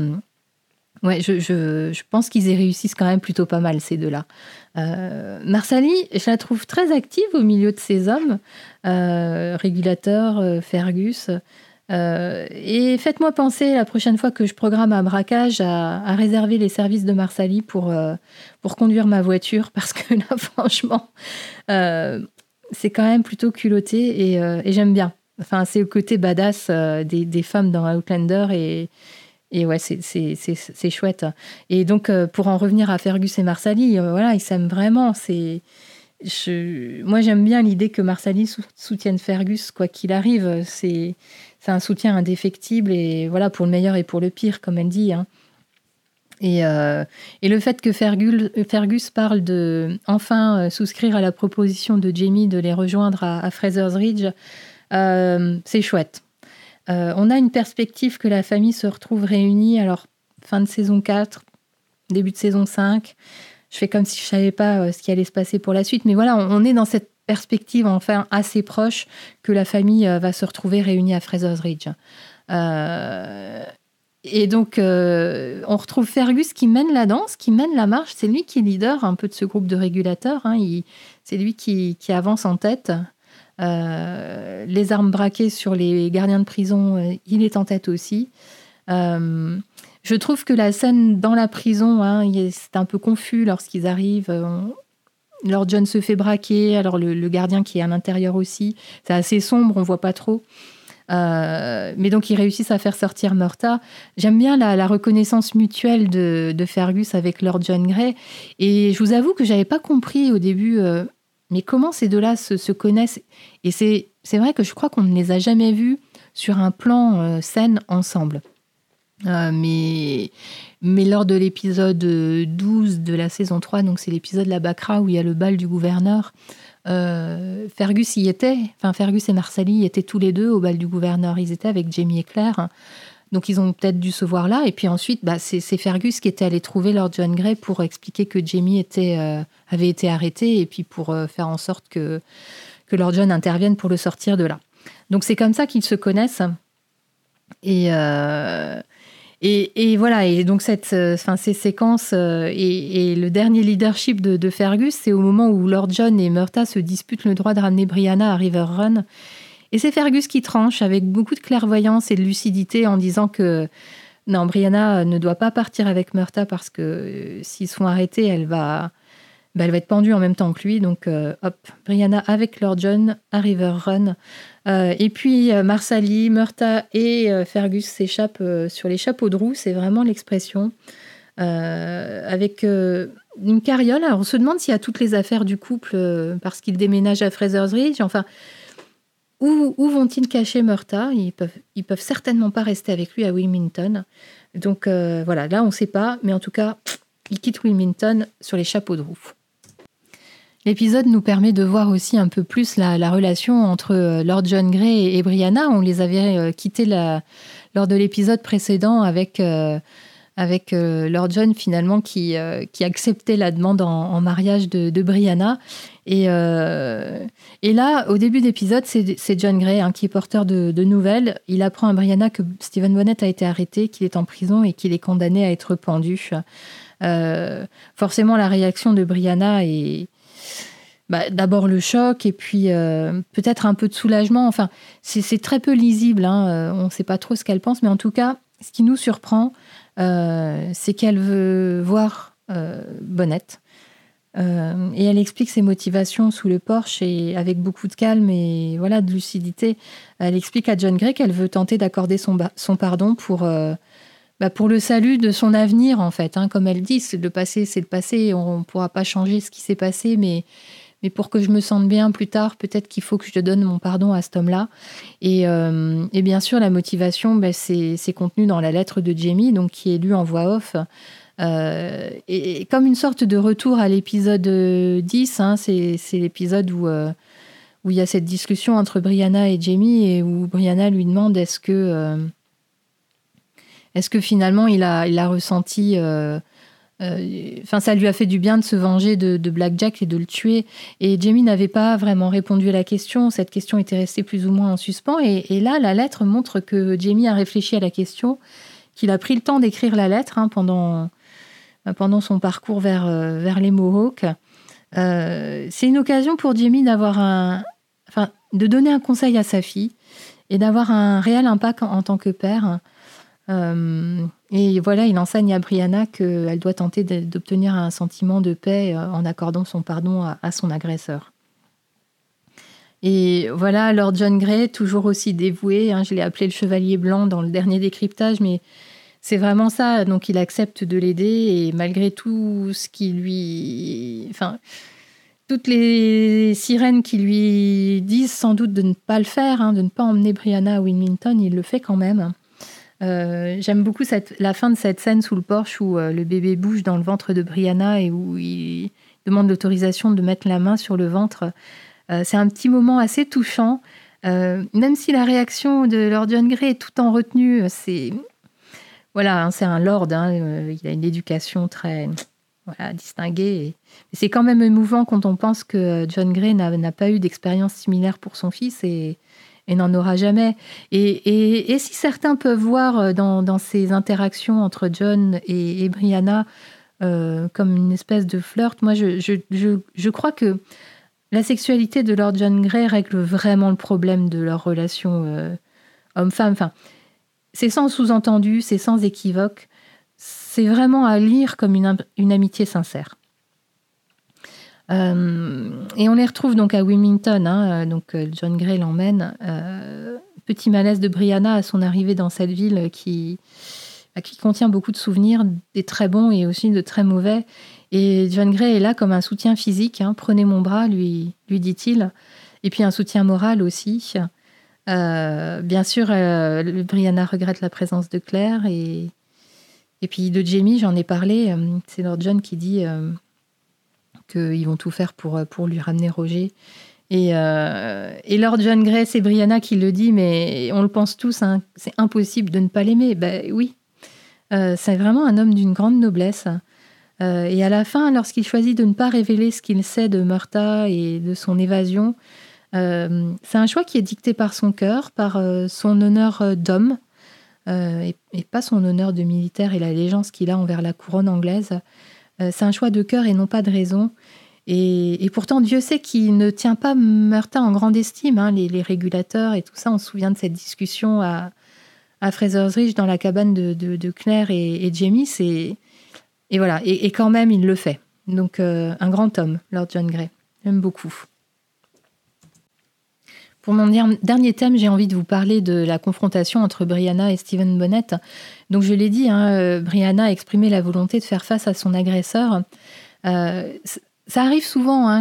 je pense qu'ils y réussissent quand même plutôt pas mal, ces deux-là. Marsali, je la trouve très active au milieu de ces hommes, régulateurs, Fergus. Et faites-moi penser, la prochaine fois que je programme un braquage, à réserver les services de Marsali pour conduire ma voiture, parce que là, franchement, c'est quand même plutôt culotté et j'aime bien. Enfin, c'est le côté badass des femmes dans Outlander et ouais, c'est chouette. Et donc, pour en revenir à Fergus et Marsali, ils s'aiment vraiment. Moi, j'aime bien l'idée que Marsali soutienne Fergus, quoi qu'il arrive. C'est un soutien indéfectible, et voilà, pour le meilleur et pour le pire, comme elle dit. Et le fait que Fergus parle de enfin souscrire à la proposition de Jamie de les rejoindre à Fraser's Ridge, c'est chouette. On a une perspective que la famille se retrouve réunie, alors fin de saison 4, début de saison 5. Je fais comme si je ne savais pas ce qui allait se passer pour la suite. Mais voilà, on est dans cette perspective enfin assez proche que la famille va se retrouver réunie à Fraser's Ridge. Et donc, on retrouve Fergus qui mène la danse, qui mène la marche. C'est lui qui est leader un peu de ce groupe de régulateurs. C'est lui qui avance en tête. Les armes braquées sur les gardiens de prison, il est en tête aussi. Je trouve que la scène dans la prison, c'est un peu confus lorsqu'ils arrivent. Lord John se fait braquer, alors le gardien qui est à l'intérieur aussi. C'est assez sombre, on voit pas trop. Mais donc, ils réussissent à faire sortir Murtagh. J'aime bien la reconnaissance mutuelle de Fergus avec Lord John Grey. Et je vous avoue que je n'avais pas compris au début, mais comment ces deux-là se connaissent. Et c'est vrai que je crois qu'on ne les a jamais vus sur un plan scène ensemble. Mais lors de l'épisode 12 de la saison 3, donc c'est l'épisode La Bacra où il y a le bal du gouverneur, Fergus y était, enfin Fergus et Marsali y étaient tous les deux au bal du gouverneur, ils étaient avec Jaime et Claire, donc ils ont peut-être dû se voir là, et puis ensuite c'est Fergus qui était allé trouver Lord John Grey pour expliquer que Jaime avait été arrêté, et puis pour faire en sorte que Lord John intervienne pour le sortir de là. Donc c'est comme ça qu'ils se connaissent, et voilà, et donc ces séquences et le dernier leadership de Fergus, c'est au moment où Lord John et Murtagh se disputent le droit de ramener Brianna à River Run. Et c'est Fergus qui tranche avec beaucoup de clairvoyance et de lucidité en disant que non, Brianna ne doit pas partir avec Murtagh parce que s'ils sont arrêtés, elle va être pendue en même temps que lui. Donc Brianna avec Lord John à River Run. Et puis Marsali, Murtagh et Fergus s'échappent sur les chapeaux de roue, c'est vraiment l'expression, avec une carriole. Alors on se demande s'il y a toutes les affaires du couple parce qu'ils déménagent à Fraser's Ridge. Enfin, où vont-ils cacher Murtagh ? Ils peuvent certainement pas rester avec lui à Wilmington. Donc voilà, là on ne sait pas, mais en tout cas, ils quittent Wilmington sur les chapeaux de roue. L'épisode nous permet de voir aussi un peu plus la relation entre Lord John Grey et Brianna. On les avait quittés lors de l'épisode précédent avec Lord John finalement qui acceptait la demande en mariage de Brianna. Et là, au début d'épisode, c'est John Grey qui est porteur de nouvelles. Il apprend à Brianna que Stephen Bonnet a été arrêté, qu'il est en prison et qu'il est condamné à être pendu. Forcément, la réaction de Brianna est... d'abord le choc et puis peut-être un peu de soulagement. Enfin, c'est très peu lisible. On ne sait pas trop ce qu'elle pense. Mais en tout cas, ce qui nous surprend, c'est qu'elle veut voir Bonnet. Et elle explique ses motivations sous le porche et avec beaucoup de calme et voilà, de lucidité. Elle explique à John Grey qu'elle veut tenter d'accorder son pardon pour le salut de son avenir, en fait. Comme elle dit, le passé, c'est le passé. On ne pourra pas changer ce qui s'est passé, mais pour que je me sente bien plus tard, peut-être qu'il faut que je donne mon pardon à cet homme-là. Et bien sûr, la motivation, c'est contenu dans la lettre de Jaime, donc qui est lue en voix off. Et comme une sorte de retour à l'épisode 10, c'est l'épisode où il y a cette discussion entre Brianna et Jaime et où Brianna lui demande est-ce que finalement il a ressenti... ça lui a fait du bien de se venger de Blackjack et de le tuer. Et Jaime n'avait pas vraiment répondu à la question. Cette question était restée plus ou moins en suspens. Et là, la lettre montre que Jaime a réfléchi à la question, qu'il a pris le temps d'écrire la lettre pendant son parcours vers les Mohawks. C'est une occasion pour Jaime de donner un conseil à sa fille et d'avoir un réel impact en tant que père. Et voilà, il enseigne à Brianna qu'elle doit tenter d'obtenir un sentiment de paix en accordant son pardon à son agresseur. Et voilà, Lord John Grey, toujours aussi dévoué. Je l'ai appelé le chevalier blanc dans le dernier décryptage, mais c'est vraiment ça. Donc il accepte de l'aider et malgré tout ce qui lui... toutes les sirènes qui lui disent sans doute de ne pas le faire, de ne pas emmener Brianna à Wilmington, il le fait quand même. J'aime beaucoup la fin de cette scène sous le porche où le bébé bouge dans le ventre de Brianna et où il demande l'autorisation de mettre la main sur le ventre. C'est un petit moment assez touchant, même si la réaction de Lord John Grey est tout en retenue. C'est un lord, il a une éducation très distinguée. Et c'est quand même émouvant quand on pense que John Grey n'a pas eu d'expérience similaire pour son fils et n'en aura jamais. Et si certains peuvent voir dans ces interactions entre John et Brianna comme une espèce de flirt, moi je crois que la sexualité de Lord John Grey règle vraiment le problème de leur relation homme-femme. C'est sans sous-entendu, c'est sans équivoque. C'est vraiment à lire comme une amitié sincère. Et on les retrouve donc à Wilmington. Donc John Grey l'emmène petit malaise de Brianna à son arrivée dans cette ville qui contient beaucoup de souvenirs, des très bons et aussi de très mauvais. Et John Grey est là comme un soutien physique. Prenez mon bras, lui dit-il. Et puis un soutien moral aussi. Bien sûr, Brianna regrette la présence de Claire. Et puis de Jamie, j'en ai parlé. C'est Lord John qui dit qu'ils vont tout faire pour lui ramener Roger. Et Lord John Grey, c'est Brianna qui le dit, mais on le pense tous, c'est impossible de ne pas l'aimer. Oui, c'est vraiment un homme d'une grande noblesse. Et à la fin, lorsqu'il choisit de ne pas révéler ce qu'il sait de Murtagh et de son évasion, c'est un choix qui est dicté par son cœur, par son honneur d'homme, et pas son honneur de militaire et l'allégeance qu'il a envers la couronne anglaise. C'est un choix de cœur et non pas de raison. Et pourtant, Dieu sait qu'il ne tient pas Murtagh en grande estime. Les régulateurs et tout ça, on se souvient de cette discussion à Fraser's Ridge dans la cabane de Claire et Jamie. Et voilà, et quand même, il le fait. Donc, un grand homme, Lord John Grey. J'aime beaucoup. Pour mon dernier thème, j'ai envie de vous parler de la confrontation entre Brianna et Stephen Bonnet. Donc, je l'ai dit, Brianna a exprimé la volonté de faire face à son agresseur. Ça arrive souvent,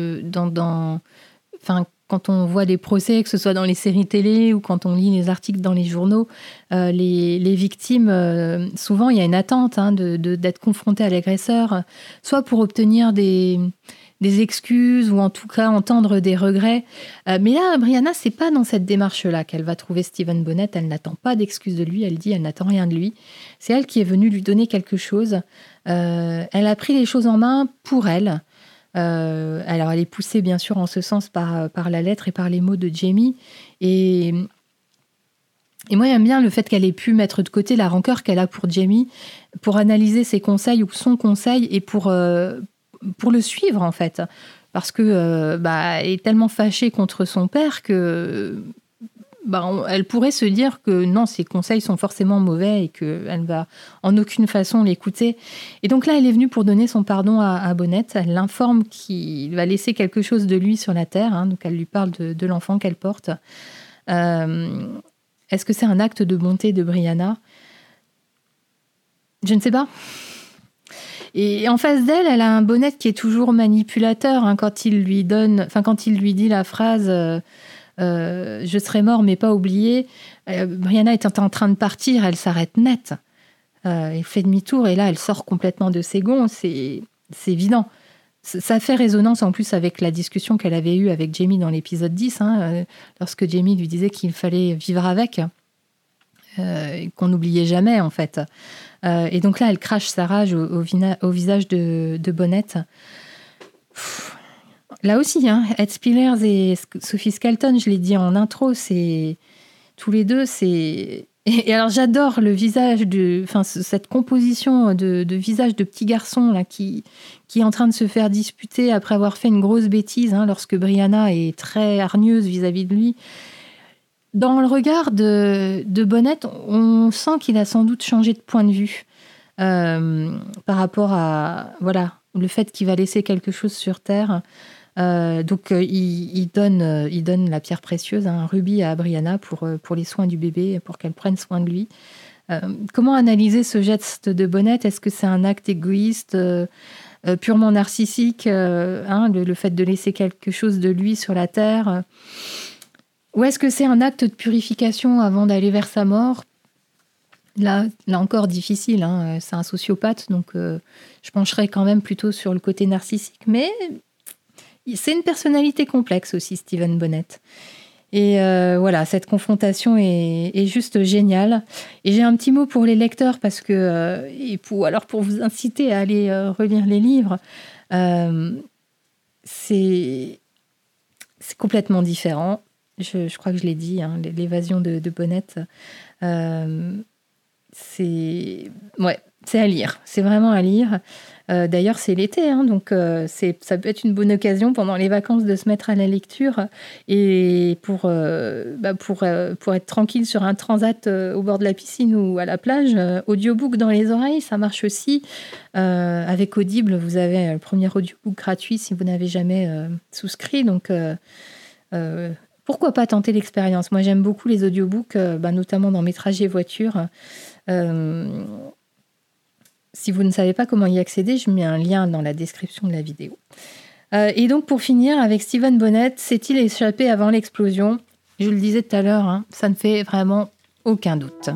quand on voit des procès, que ce soit dans les séries télé ou quand on lit les articles dans les journaux, les victimes, souvent il y a une attente d'être confrontées à l'agresseur, soit pour obtenir des excuses ou en tout cas entendre des regrets. Mais là, Brianna, c'est pas dans cette démarche-là qu'elle va trouver Stephen Bonnet. Elle n'attend pas d'excuses de lui, elle n'attend rien de lui. C'est elle qui est venue lui donner quelque chose. Elle a pris les choses en main pour elle. Alors, elle est poussée, bien sûr, en ce sens par la lettre et par les mots de Jamie. Et moi, j'aime bien le fait qu'elle ait pu mettre de côté la rancœur qu'elle a pour Jamie, pour analyser ses conseils ou son conseil et pour le suivre, en fait. Parce que elle est tellement fâchée contre son père que elle pourrait se dire que non, ses conseils sont forcément mauvais et qu'elle ne va en aucune façon l'écouter. Et donc là, elle est venue pour donner son pardon à Bonnet. Elle l'informe qu'il va laisser quelque chose de lui sur la terre. Donc elle lui parle de l'enfant qu'elle porte. Est-ce que c'est un acte de bonté de Brianna ? Je ne sais pas. Et en face d'elle, elle a un Bonnet qui est toujours manipulateur quand il lui dit la phrase je serai mort mais pas oublié. Brianna est en train de partir, elle s'arrête net. Elle fait demi-tour et là, elle sort complètement de ses gonds. C'est évident. Ça fait résonance en plus avec la discussion qu'elle avait eue avec Jamie dans l'épisode 10, lorsque Jamie lui disait qu'il fallait vivre avec, qu'on n'oubliait jamais en fait. Et donc là, elle crache sa rage au visage de Bonnet. Là aussi, Ed Spillers et Sophie Skelton, je l'ai dit en intro, c'est tous les deux, c'est... Et alors j'adore le visage cette composition de visage de petit garçon là qui est en train de se faire disputer après avoir fait une grosse bêtise, lorsque Brianna est très hargneuse vis-à-vis de lui. Dans le regard de Bonnet, on sent qu'il a sans doute changé de point de vue par rapport à le fait qu'il va laisser quelque chose sur Terre. Donc il donne la pierre précieuse, un rubis à Brianna pour les soins du bébé, pour qu'elle prenne soin de lui. Comment analyser ce geste de Bonnet ? Est-ce que c'est un acte égoïste, purement narcissique, le fait de laisser quelque chose de lui sur la terre ? Ou est-ce que c'est un acte de purification avant d'aller vers sa mort ? Là encore, difficile. C'est un sociopathe, donc je pencherais quand même plutôt sur le côté narcissique. Mais c'est une personnalité complexe aussi, Stephen Bonnet. Et cette confrontation est juste géniale. Et j'ai un petit mot pour les lecteurs, parce que, pour vous inciter à aller relire les livres, c'est complètement différent. Je crois que je l'ai dit, l'évasion de Bonnet. C'est à lire. C'est vraiment à lire. D'ailleurs, c'est l'été, donc ça peut être une bonne occasion pendant les vacances de se mettre à la lecture et pour être tranquille sur un transat au bord de la piscine ou à la plage. Audiobook dans les oreilles, ça marche aussi. Avec Audible, vous avez le premier audiobook gratuit si vous n'avez jamais souscrit. Donc, pourquoi pas tenter l'expérience. Moi, j'aime beaucoup les audiobooks, notamment dans mes trajets voiture. Si vous ne savez pas comment y accéder, je mets un lien dans la description de la vidéo. Et donc, pour finir, avec Stephen Bonnet, s'est-il échappé avant l'explosion ? Je le disais tout à l'heure, ça ne fait vraiment aucun doute.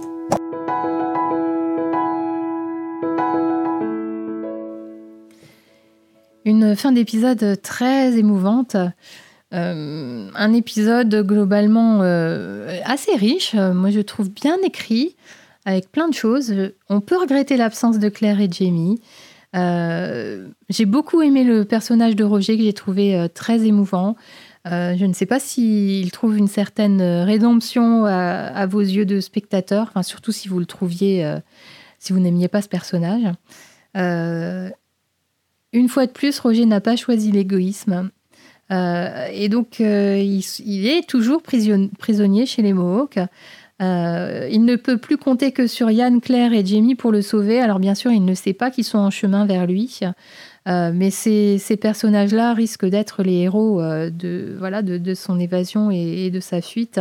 Une fin d'épisode très émouvante. Un épisode globalement assez riche. Moi, je trouve bien écrit, avec plein de choses. On peut regretter l'absence de Claire et Jamie. J'ai beaucoup aimé le personnage de Roger, que j'ai trouvé très émouvant. Je ne sais pas s'il trouve une certaine rédemption à vos yeux de spectateurs, enfin, surtout si vous le trouviez, si vous n'aimiez pas ce personnage. Une fois de plus, Roger n'a pas choisi l'égoïsme. Et donc, il est toujours prisonnier chez les Mohawks. Il ne peut plus compter que sur Ian, Claire et Jamie pour le sauver. Alors bien sûr, il ne sait pas qu'ils sont en chemin vers lui. Mais ces personnages-là risquent d'être les héros de son évasion et de sa fuite.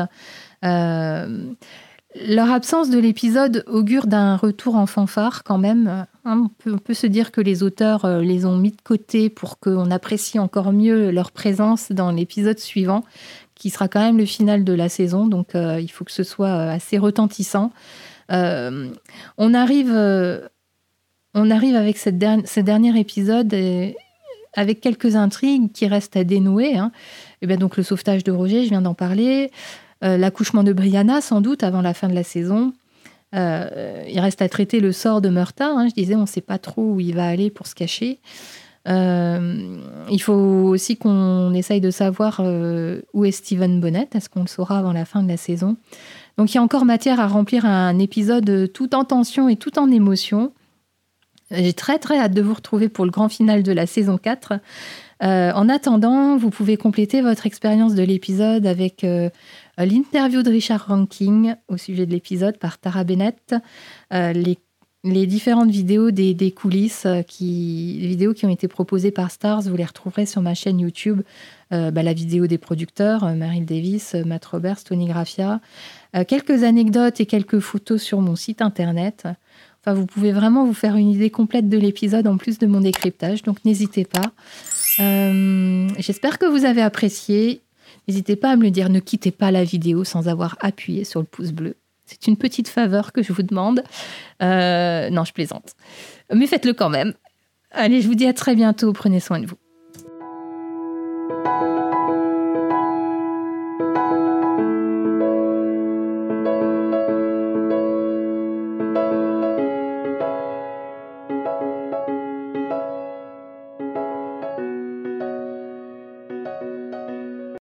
Leur absence de l'épisode augure d'un retour en fanfare quand même. On peut se dire que les auteurs les ont mis de côté pour qu'on apprécie encore mieux leur présence dans l'épisode suivant, qui sera quand même le final de la saison. Donc il faut que ce soit assez retentissant. On arrive avec ce dernier épisode avec quelques intrigues qui restent à dénouer. Et bien donc le sauvetage de Roger, je viens d'en parler. L'accouchement de Brianna, sans doute, avant la fin de la saison. Il reste à traiter le sort de Murta. Je disais, on ne sait pas trop où il va aller pour se cacher. Il faut aussi qu'on essaye de savoir où est Stephen Bonnet. Est-ce qu'on le saura avant la fin de la saison ? Donc, il y a encore matière à remplir un épisode tout en tension et tout en émotion. J'ai très, très hâte de vous retrouver pour le grand final de la saison 4. En attendant, vous pouvez compléter votre expérience de l'épisode avec l'interview de Richard Rankin au sujet de l'épisode par Tara Bennett, les différentes vidéos des coulisses, les vidéos qui ont été proposées par Stars, vous les retrouverez sur ma chaîne YouTube, la vidéo des producteurs, Meryl Davis, Matt Roberts, Tony Graffia, quelques anecdotes et quelques photos sur mon site internet. Enfin, vous pouvez vraiment vous faire une idée complète de l'épisode en plus de mon décryptage, donc n'hésitez pas. J'espère que vous avez apprécié. N'hésitez pas à me le dire, ne quittez pas la vidéo sans avoir appuyé sur le pouce bleu. C'est une petite faveur que je vous demande. Non, je plaisante. Mais faites-le quand même. Allez, je vous dis à très bientôt. Prenez soin de vous.